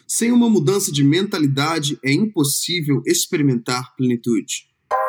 Sem uma mudança de mentalidade, é impossível experimentar plenitude.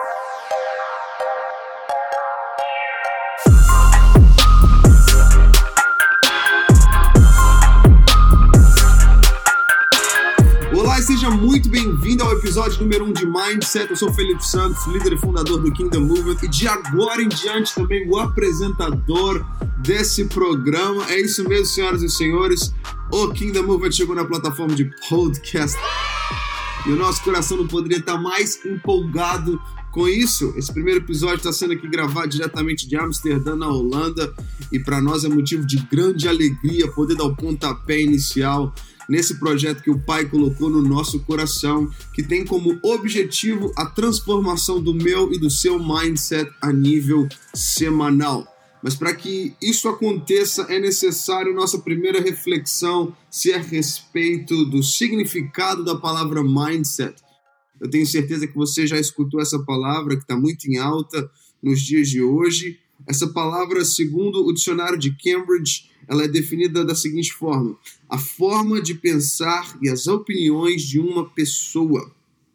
Olá e seja muito bem-vindo ao episódio número 1 de Mindset. Eu sou o Felipe Santos, líder e fundador do Kingdom Movement e de agora em diante também o apresentador desse programa. É isso mesmo, senhoras e senhores, o Kingdom Movement chegou na plataforma de podcast e o nosso coração não poderia estar mais empolgado com isso. Esse primeiro episódio está sendo aqui gravado diretamente de Amsterdã, na Holanda, e para nós é motivo de grande alegria poder dar o pontapé inicial nesse projeto que o Pai colocou no nosso coração, que tem como objetivo a transformação do meu e do seu mindset a nível semanal. Mas para que isso aconteça, é necessário nossa primeira reflexão ser a respeito do significado da palavra mindset. Eu tenho certeza que você já escutou essa palavra, que está muito em alta nos dias de hoje. Essa palavra, segundo o dicionário de Cambridge, ela é definida da seguinte forma: a forma de pensar e as opiniões de uma pessoa.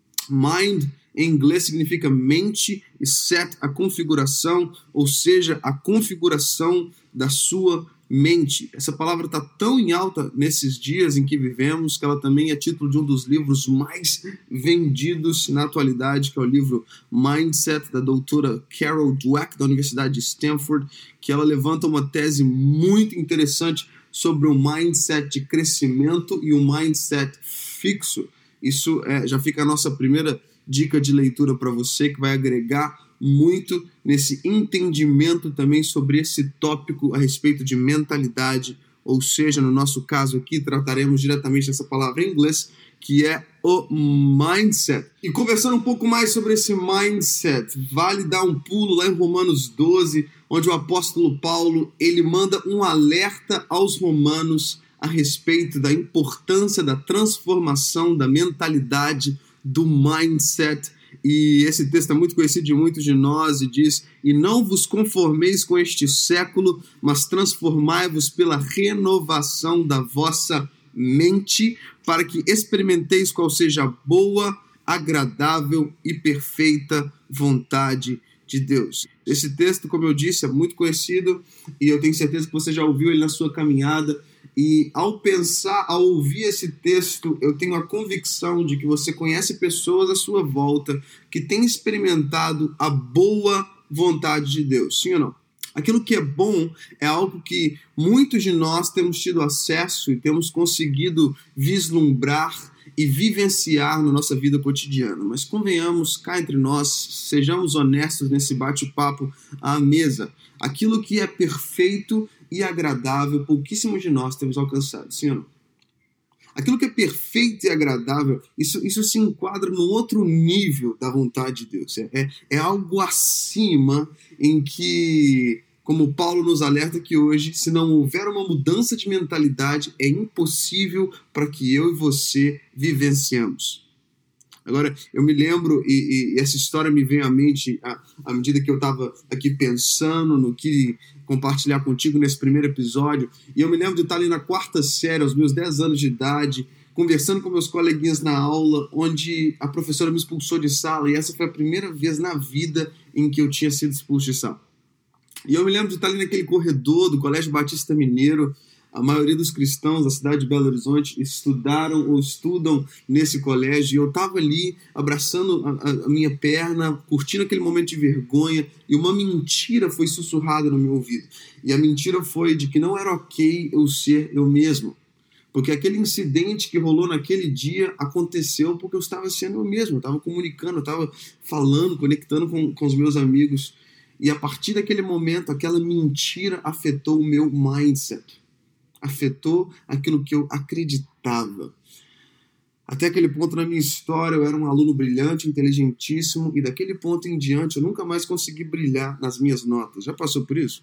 Mind, em inglês, significa mente, e set, a configuração, ou seja, a configuração da sua mente. Essa palavra está tão em alta nesses dias em que vivemos que ela também é título de um dos livros mais vendidos na atualidade, que é o livro Mindset, da doutora Carol Dweck, da Universidade de Stanford, que ela levanta uma tese muito interessante sobre o mindset de crescimento e o mindset fixo. Isso já fica a nossa primeira dica de leitura para você, que vai agregar muito nesse entendimento também sobre esse tópico a respeito de mentalidade, ou seja, no nosso caso aqui, trataremos diretamente dessa palavra em inglês, que é o mindset. E conversando um pouco mais sobre esse mindset, vale dar um pulo lá em Romanos 12, onde o apóstolo Paulo, ele manda um alerta aos romanos a respeito da importância da transformação da mentalidade, do mindset. E esse texto é muito conhecido de muitos de nós e diz: e não vos conformeis com este século, mas transformai-vos pela renovação da vossa mente, para que experimenteis qual seja a boa, agradável e perfeita vontade de Deus. Esse texto, como eu disse, é muito conhecido e eu tenho certeza que você já ouviu ele na sua caminhada. E ao ouvir esse texto, eu tenho a convicção de que você conhece pessoas à sua volta que têm experimentado a boa vontade de Deus, sim ou não? Aquilo que é bom é algo que muitos de nós temos tido acesso e temos conseguido vislumbrar e vivenciar na nossa vida cotidiana. Mas convenhamos, cá entre nós, sejamos honestos nesse bate-papo à mesa. Aquilo que é perfeito e agradável, pouquíssimos de nós temos alcançado, sim ou não? Aquilo que é perfeito e agradável, isso se enquadra num outro nível da vontade de Deus. É algo acima em que, como Paulo nos alerta aqui hoje, se não houver uma mudança de mentalidade, é impossível para que eu e você vivenciemos. Agora, eu me lembro, e essa história me veio à mente à medida que eu estava aqui pensando no que compartilhar contigo nesse primeiro episódio, e eu me lembro de estar ali na quarta série, aos meus 10 anos de idade, conversando com meus coleguinhas na aula, onde a professora me expulsou de sala, e essa foi a primeira vez na vida em que eu tinha sido expulso de sala. E eu me lembro de estar ali naquele corredor do Colégio Batista Mineiro. A maioria dos cristãos da cidade de Belo Horizonte estudaram ou estudam nesse colégio, e eu estava ali abraçando a minha perna, curtindo aquele momento de vergonha, e uma mentira foi sussurrada no meu ouvido. E a mentira foi de que não era ok eu ser eu mesmo, porque aquele incidente que rolou naquele dia aconteceu porque eu estava sendo eu mesmo, eu estava comunicando, eu estava falando, conectando com os meus amigos, e a partir daquele momento, aquela mentira afetou o meu mindset. Afetou aquilo que eu acreditava. Até aquele ponto na minha história, eu era um aluno brilhante, inteligentíssimo, e daquele ponto em diante eu nunca mais consegui brilhar nas minhas notas. Já passou por isso?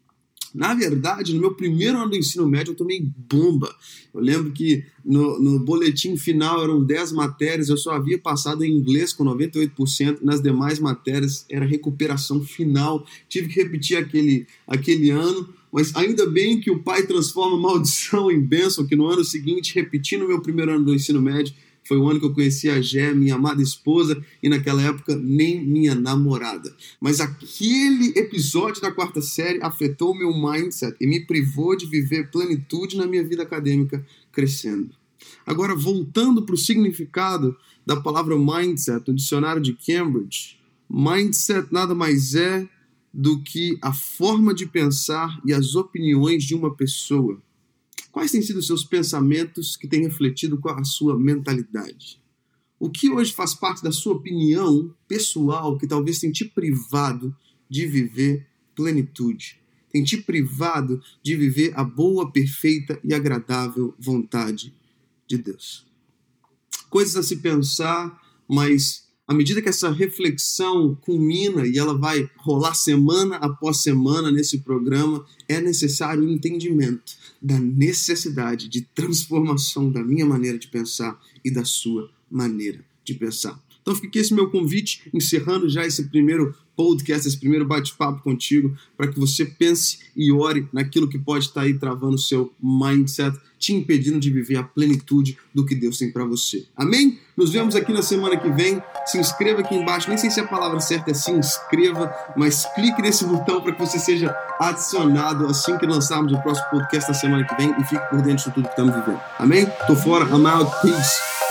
Na verdade, no meu primeiro ano do ensino médio, eu tomei bomba. Eu lembro que no boletim final eram 10 matérias, eu só havia passado em inglês com 98%, nas demais matérias era recuperação final. Tive que repetir aquele ano, mas ainda bem que o pai transforma maldição em bênção, que no ano seguinte, repetindo o meu primeiro ano do ensino médio, foi o ano que eu conheci a Gé, minha amada esposa, e naquela época nem minha namorada. Mas aquele episódio da quarta série afetou o meu mindset e me privou de viver plenitude na minha vida acadêmica crescendo. Agora, voltando para o significado da palavra mindset, no dicionário de Cambridge, mindset nada mais é do que a forma de pensar e as opiniões de uma pessoa. Quais têm sido os seus pensamentos que têm refletido com a sua mentalidade? O que hoje faz parte da sua opinião pessoal que talvez tenha te privado de viver plenitude? Tem te privado de viver a boa, perfeita e agradável vontade de Deus? Coisas a se pensar, mas à medida que essa reflexão culmina e ela vai rolar semana após semana nesse programa, é necessário o entendimento da necessidade de transformação da minha maneira de pensar e da sua maneira de pensar. Então fica aqui esse meu convite, encerrando já esse primeiro podcast, esse primeiro bate-papo contigo, para que você pense e ore naquilo que pode estar aí travando o seu mindset, te impedindo de viver a plenitude do que Deus tem para você. Amém? Nos vemos aqui na semana que vem. Se inscreva aqui embaixo, nem sei se a palavra certa é se inscreva, mas clique nesse botão para que você seja adicionado assim que lançarmos o próximo podcast na semana que vem e fique por dentro de tudo que estamos vivendo. Amém? Tô fora, I'm out, peace.